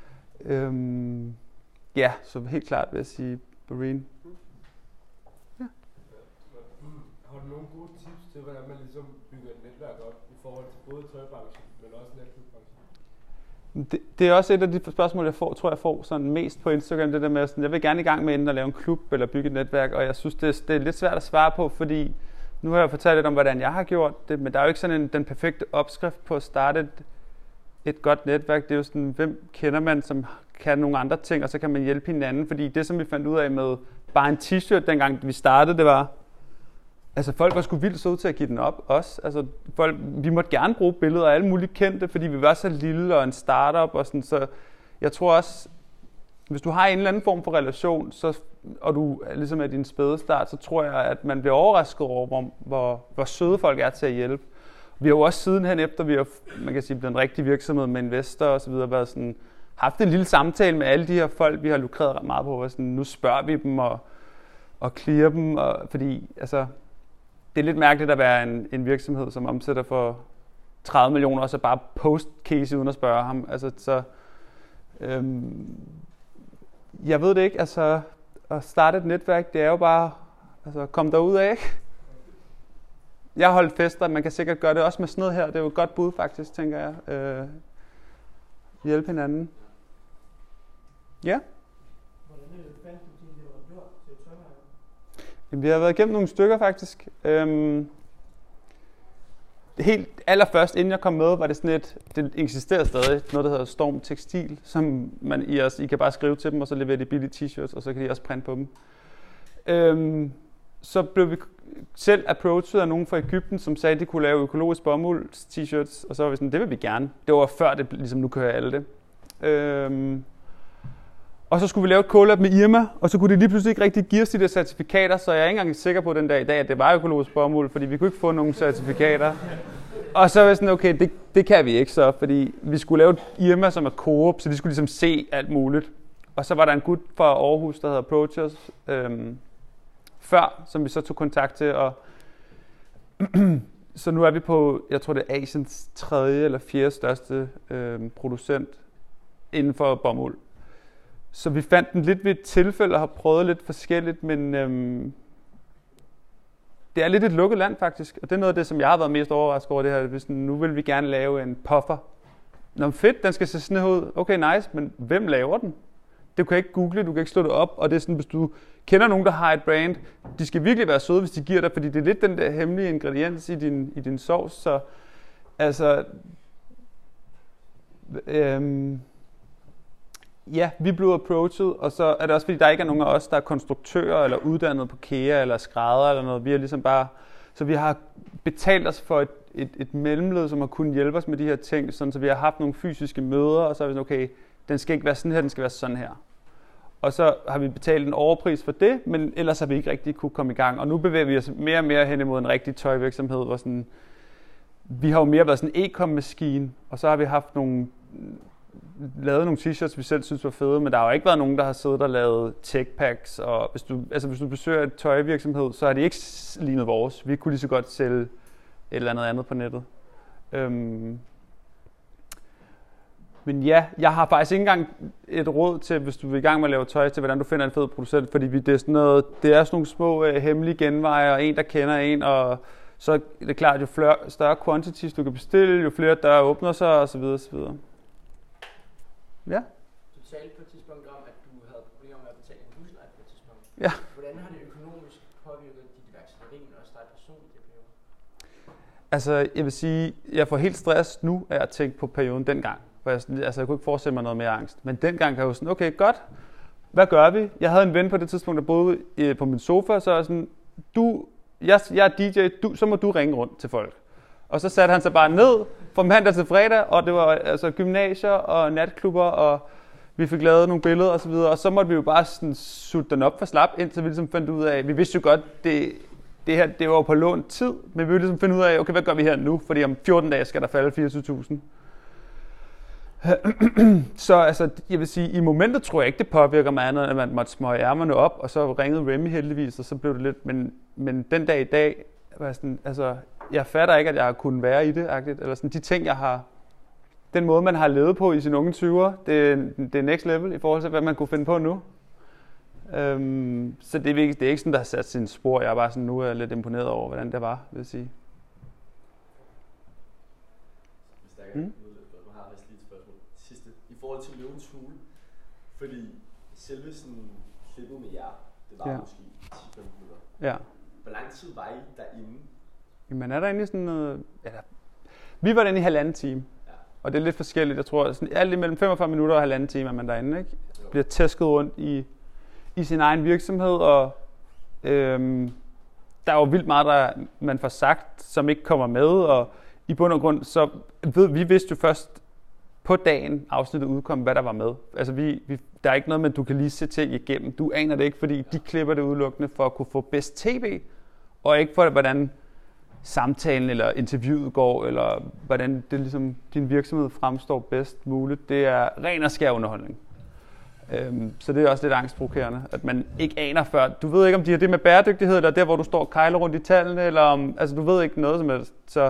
så helt klart vil jeg sige Barrien. Ja. Har du nogle gode tips til, hvordan man ligesom bygger et netværk op i forhold til både tøjbranchen, men også natklubbranchen? Det er også et af de spørgsmål, jeg får sådan mest på Instagram, det der med, sådan, jeg vil gerne i gang med enten at lave en klub eller bygge et netværk, og jeg synes, det er lidt svært at svare på, fordi nu har jeg fortalt lidt om, hvordan jeg har gjort det, men der er jo ikke sådan den perfekte opskrift på at starte et godt netværk. Det er jo sådan, hvem kender man, som kan nogle andre ting, og så kan man hjælpe hinanden, fordi det, som vi fandt ud af med bare en t-shirt, dengang vi startede, det var, altså folk var sgu vildt søde til at give den op også. Altså vi måtte gerne bruge billeder af alle mulige kendte, fordi vi var så lille og en startup og sådan, så jeg tror også, hvis du har en eller anden form for relation, og du ligesom er din spæde start, så tror jeg, at man bliver overrasket over, hvor søde folk er til at hjælpe. Vi har jo også sidenhen, efter vi har, man kan sige, blevet en rigtig virksomhed med investorer og så videre, været sådan, haft en lille samtale med alle de her folk, vi har lukreret meget på, og sådan, nu spørger vi dem og clear dem, fordi altså, det er lidt mærkeligt at være en virksomhed, som omsætter for 30 millioner, og så bare post-case uden at spørge ham. Altså, jeg ved det ikke, altså at starte et netværk, det er jo bare, altså kom derud af, ikke? Jeg har holdt fester, man kan sikkert gøre det også med sådan noget her, det er jo et godt bud faktisk, tænker jeg. Hjælpe hinanden. Ja? Hvordan fandt du din leverandør til tøjmærker? Vi har været igennem nogle stykker faktisk. Helt allerførst, inden jeg kom med, var det sådan det eksisterer stadig, noget der hedder Storm Tekstil, som I kan bare skrive til dem, og så leverer de billige t-shirts, og så kan de også printe på dem. Så blev vi selv approached af nogen fra Egypten, som sagde, at de kunne lave økologisk bomuld t-shirts, og så var vi sådan, det vil vi gerne. Det var før det, ligesom nu kører alle det. Og så skulle vi lave et collab med Irma, og så kunne de lige pludselig ikke rigtig give os de der certifikater, så jeg er ikke engang sikker på den dag i dag, at det var økologisk bomuld, fordi vi kunne ikke få nogen certifikater. Og så var jeg sådan, okay, det kan vi ikke så, fordi vi skulle lave et Irma, som er Coop, så de skulle ligesom se alt muligt. Og så var der en gut fra Aarhus, der hedder Approachers, før, som vi så tog kontakt til, og så nu er vi på, jeg tror det er Asiens 3. eller 4. største producent inden for bomuld. Så vi fandt den lidt ved et tilfælde og har prøvet lidt forskelligt, men det er lidt et lukket land faktisk, og det er noget af det, som jeg har været mest overrasket over det her. Hvis nu vil vi gerne lave en puffer. Nå, fedt, den skal se sådan ud. Okay, nice, men hvem laver den? Du kan ikke google, du kan ikke slå det op, og det er sådan, hvis du kender nogen, der har et brand, de skal virkelig være søde, hvis de giver dig, fordi det er lidt den der hemmelige ingrediens i din sovs, så altså ja, vi blev approached, og så er det også fordi, der ikke er nogen af os, der er konstruktører, eller uddannet på KEA, eller skrædder, eller noget. Vi er ligesom bare, så vi har betalt os for et mellemled, som har kunnet hjælpe os med de her ting, sådan, så vi har haft nogle fysiske møder, og så er vi sådan, okay, den skal ikke være sådan her, den skal være sådan her. Og så har vi betalt en overpris for det, men ellers har vi ikke rigtig kunne komme i gang. Og nu bevæger vi os mere og mere hen imod en rigtig tøjvirksomhed, hvor sådan, vi har jo mere været sådan en e-com-maskine, og så har vi haft lavet nogle t-shirts, vi selv synes var fede, men der har jo ikke været nogen, der har siddet og lavet tech-packs, og hvis du besøger et tøjvirksomhed, så har de ikke lignet vores. Vi kunne lige så godt sælge et eller andet på nettet. Men ja, jeg har faktisk ikke engang et råd til, hvis du vil i gang med at lave tøj, til hvordan du finder en fed producent, fordi det er sådan nogle små hemmelige genveje, og en, der kender en, og så er det klart, jo større quantities du kan bestille, jo flere døre åbner sig, og så videre, og så videre. Ja. Du talte på et tidspunkt om, at du havde problemer med at betale en husleje på et tidspunkt. Ja. Hvordan har det økonomisk påvirket dit iværksætteri, og også dig personligt i det periode? Altså, jeg vil sige, jeg får helt stress nu af at tænke på perioden dengang. For jeg kunne ikke forestille mig noget mere angst. Men dengang kan jeg jo sådan, okay, godt, hvad gør vi? Jeg havde en ven på det tidspunkt, der boede på min sofa, og så er sådan, jeg er DJ, så må du ringe rundt til folk. Og så satte han sig bare ned fra mandag til fredag, og det var altså gymnasier og natklubber, og vi fik lavet nogle billeder og så videre, og så måtte vi jo bare sådan sutte den op for slap, indtil vi ligesom fandt ud af, vi vidste jo godt, det her, det var på lånt tid, men vi ville ligesom finde ud af, okay, hvad gør vi her nu, fordi om 14 dage skal der falde 24.000. Så altså, jeg vil sige, i momentet tror jeg ikke, det påvirker mig andet, at man måtte smøge ærmerne op, og så ringede Remy heldigvis, og så blev det lidt, men den dag i dag, var sådan, altså, jeg fatter ikke, at jeg har kunnet være i det, eller sådan, de ting, jeg har, den måde, man har levet på i sine unge 20'er, det er next level i forhold til, hvad man kunne finde på nu. Så det er ikke sådan, der har sat sine spor. Jeg er bare sådan, nu er jeg lidt imponeret over, hvordan det var, vil jeg sige. Hvis der ikke er nu har jeg faktisk lige et spørgsmål. Sidste. I forhold til Løvens Hule, fordi selve sådan klippet med jer, det var måske 10-15 minutter. Ja. Hvor lang tid var I derinde? Jamen er der egentlig sådan noget... Vi var derinde i 1,5 time. Ja. Og det er lidt forskelligt. Jeg tror, sådan, alt imellem 45 minutter og 1,5 time er man derinde, ikke? Jo. Bliver tæsket rundt i sin egen virksomhed, og der er jo vildt meget, der man får sagt, som ikke kommer med, og i bund og grund, så vi vidste jo først på dagen afsnittet udkom, hvad der var med. Altså der er ikke noget med, du kan lige se til igennem. Du aner det ikke, fordi de klipper det udelukkende for at kunne få bedst tv, og ikke for, hvordan samtalen eller interviewet går, eller hvordan det ligesom, din virksomhed fremstår bedst muligt. Det er ren og skær underholdning. Så det er også lidt angstprovokerende, at man ikke aner før. Du ved ikke, om de har det med bæredygtighed, eller der, hvor du står og kejler rundt i tallene, eller om, altså du ved ikke noget som helst. Så,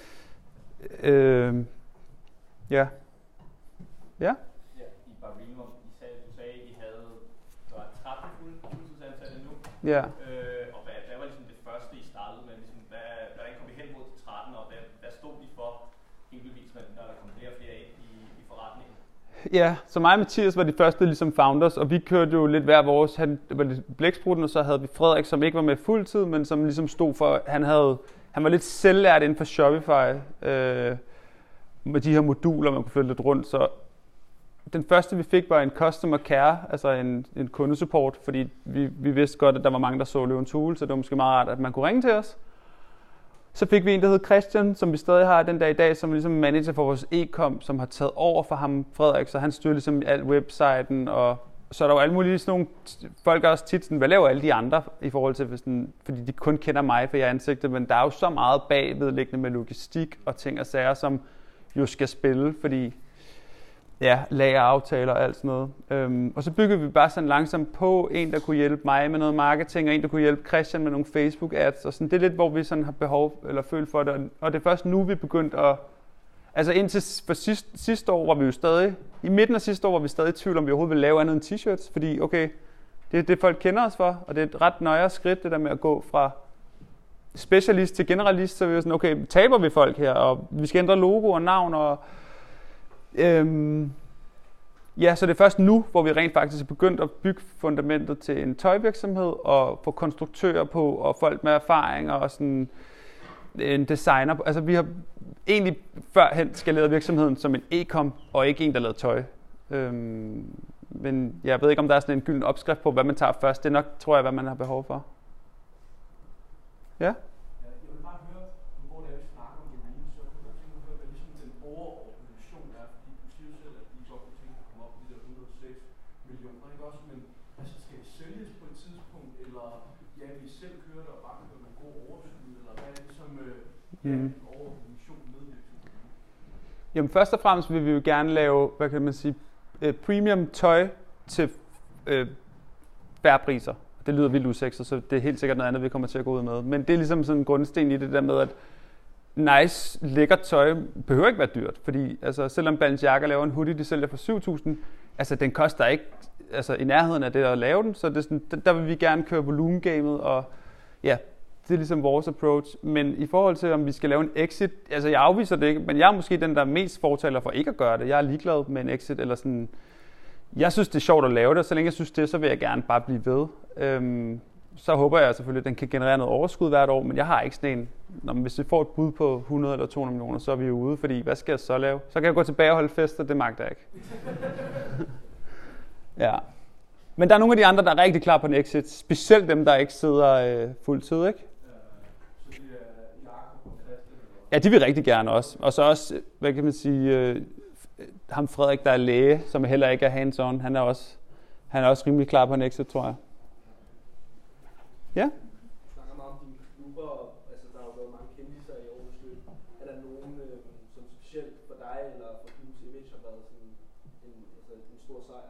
ja. Ja? I Barvinum, du sagde, I havde, der var 13 fuldtidsansatte nu. Ja. Og hvad var ligesom det første, I startede med? Ligesom, hvordan kom I hen mod til 13, og hvad stod I for enkeltvis, når der kom flere og flere ind i forretningen? Ja, så mig og Mathias var de første ligesom founders, og vi kørte jo lidt hver vores. Han var lidt Blæksprutten, og så havde vi Frederik, som ikke var med fuldtid, men som ligesom stod for, han var lidt selvlært inden for Shopify, med de her moduler, man kunne flytte lidt rundt. Så den første, vi fik, var en customer care, altså en kundesupport, fordi vi vidste godt, at der var mange, der så Løvens Hule, så det var måske meget rart, at man kunne ringe til os. Så fik vi en, der hed Christian, som vi stadig har den dag i dag, som er ligesom manager for vores e-com, som har taget over for ham, Frederik, så han styrer ligesom alt websiden, og så er der jo alle mulige sådan nogle, folk er også tit sådan, hvad laver alle de andre i forhold til, sådan, fordi de kun kender mig for jeg ansigtet, men der er jo så meget bagvedliggende med logistik og ting og sager, som jo skal spille, fordi ja, lageraftaler og alt sådan noget. Og så byggede vi bare sådan langsomt på en, der kunne hjælpe mig med noget marketing, og en, der kunne hjælpe Christian med nogle Facebook-ads, og sådan. Det er lidt, hvor vi sådan har behov eller følt for det. Og det er først nu, vi begyndt at... Altså indtil for sidste år var vi jo stadig... I midten af sidste år var vi stadig i tvivl, om vi overhovedet ville lave andet end t-shirts, fordi okay, det er det, folk kender os for, og det er et ret nøjere skridt, det der med at gå fra specialist til generalist, så vi er sådan, okay, taber vi folk her, og vi skal ændre logo og navn, og... Ja, så det er først nu, hvor vi rent faktisk er begyndt at bygge fundamentet til en tøjvirksomhed og få konstruktører på og folk med erfaring og sådan en designer. Altså vi har egentlig førhen skaleret virksomheden som en e-com og ikke en, der lavede tøj. Men jeg ved ikke, om der er sådan en gylden opskrift på, hvad man tager først. Det er nok, tror jeg, hvad man har behov for. Ja? Jamen først og fremmest vil vi jo gerne lave, hvad kan man sige, premium tøj til færre priser. Det lyder vildt usekset, så det er helt sikkert noget andet, vi kommer til at gå ud med. Men det er ligesom sådan en grundsten i det der med, at nice, lækkert tøj behøver ikke være dyrt. Fordi altså, selvom Balenciaga laver en hoodie, de sælger for 7.000, altså den koster ikke altså, i nærheden af det at lave den. Så det er sådan, der vil vi gerne køre volumengamet, og ja, det er ligesom vores approach. Men i forhold til, om vi skal lave en exit, altså jeg afviser det ikke, men jeg er måske den, der er mest fortaler for ikke at gøre det. Jeg er ligeglad med en exit, eller sådan. Jeg synes, det er sjovt at lave det, og så længe jeg synes det, så vil jeg gerne bare blive ved. Så håber jeg selvfølgelig, at den kan generere noget overskud hvert år, men jeg har ikke sådan en, hvis vi får et bud på 100 eller 200 millioner, så er vi jo ude, fordi hvad skal jeg så lave? Så kan jeg gå tilbage og holde fester, det magter jeg ikke. Ja. Men der er nogle af de andre, der er rigtig klar på en exit, specielt dem, der ikke sidder fuldtid, ikke? Ja, de vil rigtig gerne også. Og så også, hvad kan man sige, ham Frederik, der er læge, som heller ikke er hands-on, han er også rimelig klar på en exit, tror jeg. Ja? Du snakker meget om dine klubber, altså der har jo været mange kendiser i årets løb. Er der nogen, som specielt for dig eller for klubbens image har været sådan en stor sejr?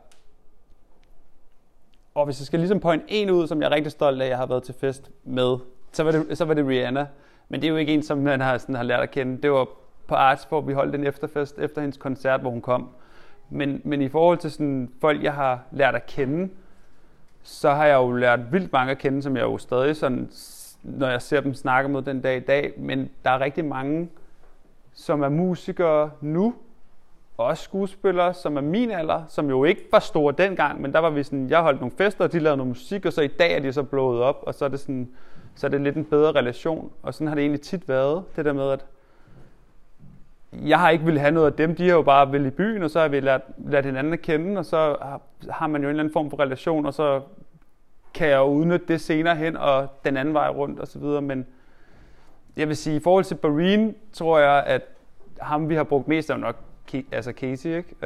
Og hvis jeg skal ligesom pointe en ud, som jeg er rigtig stolt af, jeg har været til fest med, så var det Rihanna. Men det er jo ikke en, som man har lært at kende. Det var på Arts, hvor vi holdt en efterfest efter hendes koncert, hvor hun kom. Men i forhold til sådan folk, jeg har lært at kende, så har jeg jo lært vildt mange at kende, som jeg jo stadig sådan, når jeg ser dem snakke med den dag i dag. Men der er rigtig mange, som er musikere nu, og også skuespillere, som er min alder, som jo ikke var store dengang, men der var vi sådan, jeg holdt nogle fester, og de lavede noget musik, og så i dag er de så blået op, og så er det sådan, så er det lidt en bedre relation. Og sådan har det egentlig tit været, det der med, at jeg har ikke ville have noget af dem, de har jo bare vel i byen, og så har vi lært hinanden at kende, og så har man jo en eller anden form for relation, og så kan jeg jo udnytte det senere hen, og den anden vej rundt, og så videre. Men jeg vil sige, i forhold til Bareen, tror jeg, at ham vi har brugt mest af nok, altså Casey, ikke?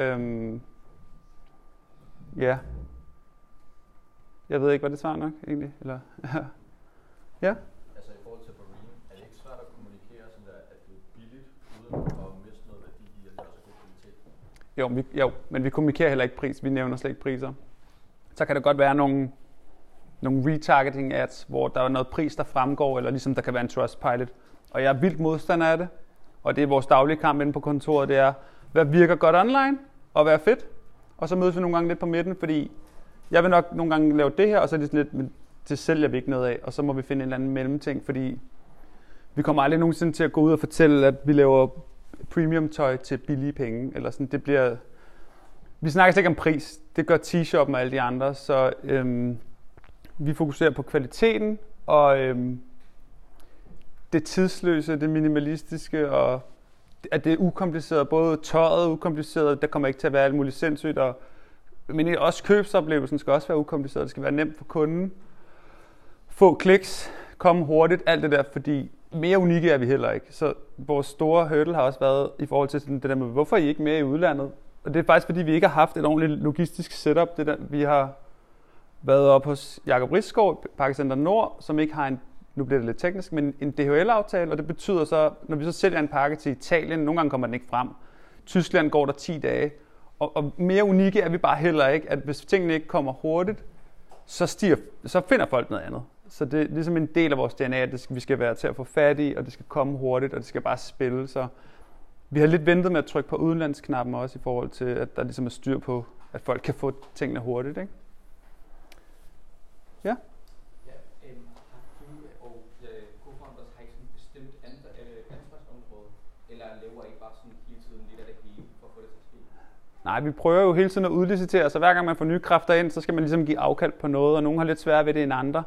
Ja. Jeg ved ikke, var det svar nok, egentlig? Eller? Ja? Altså i forhold til Bareen, er det ikke svært at kommunikere sådan der, at det er billigt, uden at miste noget værdi i at gøre så god kvalitet? Jo, men vi kommunikerer heller ikke pris. Vi nævner slet ikke priser. Så kan der godt være nogle retargeting ads, hvor der er noget pris, der fremgår, eller ligesom der kan være en Trustpilot. Og jeg er vildt modstander af det. Og det er vores daglige kamp inde på kontoret, det er, hvad virker godt online, og hvad er fedt. Og så mødes vi nogle gange lidt på midten, fordi jeg vil nok nogle gange lave det her, og så er det sådan lidt, men det sælger vi ikke noget af. Og så må vi finde en eller anden mellemting, fordi vi kommer aldrig nogensinde til at gå ud og fortælle, at vi laver premium tøj til billige penge. Eller sådan, det bliver... Vi snakker ikke om pris. Det gør T-shoppen og alle de andre. Så vi fokuserer på kvaliteten og det tidsløse, det minimalistiske og at det er ukompliceret. Både tøjet er ukompliceret, der kommer ikke til at være alt muligt sindssygt. Men også købsoplevelsen skal også være ukompliceret. Det skal være nemt for kunden. Få kliks, komme hurtigt, alt det der, fordi mere unikke er vi heller ikke. Så vores store hurdle har også været i forhold til sådan det der med, hvorfor er I ikke mere i udlandet? Og det er faktisk, fordi vi ikke har haft et ordentligt logistisk setup. Det der, vi har været op hos Jakob Risgaard, Pakkecenter Nord, som ikke har en, nu bliver det lidt teknisk, men en DHL-aftale, og det betyder så, når vi så sælger en pakke til Italien, nogle gange kommer den ikke frem. Tyskland går der 10 dage. Og mere unikke er vi bare heller ikke, at hvis tingene ikke kommer hurtigt, så finder folk noget andet. Så det er ligesom en del af vores DNA, at vi skal være til at få fat i, og det skal komme hurtigt, og det skal bare spille. Så vi har lidt ventet med at trykke på udenlandsknappen også, i forhold til, at der ligesom er styr på, at folk kan få tingene hurtigt, ikke? Ja? Har du og co-founders har ikke sådan et bestemt ansvarsområde, eller laver I bare sådan hele tiden lidt af det hele, for at få det til at ske? Nej, vi prøver jo hele tiden at udlicitere, så hver gang man får nye kræfter ind, så skal man ligesom give afkald på noget, og nogle har lidt sværere ved det end andre.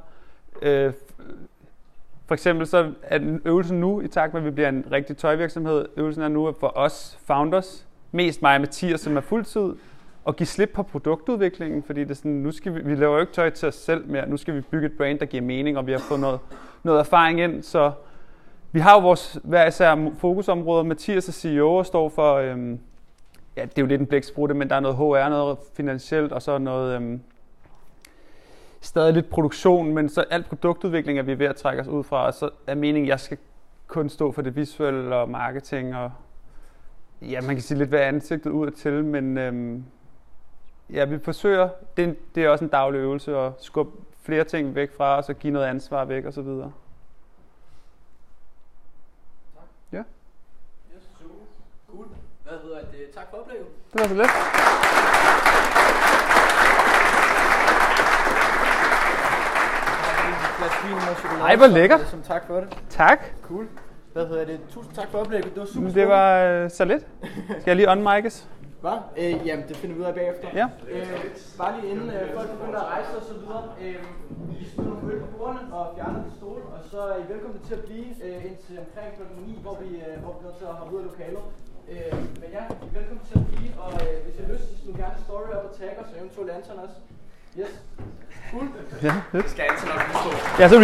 For eksempel så er øvelsen nu, i takt med at vi bliver en rigtig tøjvirksomhed, øvelsen er nu for os founders, mest mig og Mathias, som er fuldtid, at give slip på produktudviklingen, fordi det er sådan, nu skal vi laver jo ikke tøj til os selv mere, nu skal vi bygge et brand, der giver mening, og vi har fået noget erfaring ind, så vi har jo vores hver især fokusområder. Mathias er CEO og står for, ja, det er jo lidt en blæksprutte, men der er noget HR, noget finansielt, og så noget stadig lidt produktion, men så alt produktudvikling er vi ved at trække os ud fra, og så er meningen, at jeg skal kun stå for det visuelle og marketing, og ja, man kan sige lidt, hvad ansigtet ud til, men ja, vi forsøger, det er også en daglig øvelse, at skubbe flere ting væk fra os, og give noget ansvar væk, og så videre. Tak. Ja. Yes, super. Cool. Hvad hedder det? Tak for oplevelsen. Det var så lidt. Ej, hvor lækkert. Som tak for det. Tak. Cool. Hvad hedder det? Tusind tak for oplægget. Det var super. Det var så lidt. Skal jeg lige unmikes? Hvad? Jamen, det finder vi ud af bagefter. Ja. Bare lige inden folk begynder at rejse og så videre. Vi smider nogle øl på bordene og fjerner de stole, og så er I velkommen til at blive indtil omkring kl. 9, hvor vi bliver til at hoppe ud af lokalet. Men ja, I er velkommen til at blive, og hvis I har lyst, så slå gerne story op og tag os, og eventuelt Anton også. Yes. Cool. Ja, skal Anton også forstå. Ja, så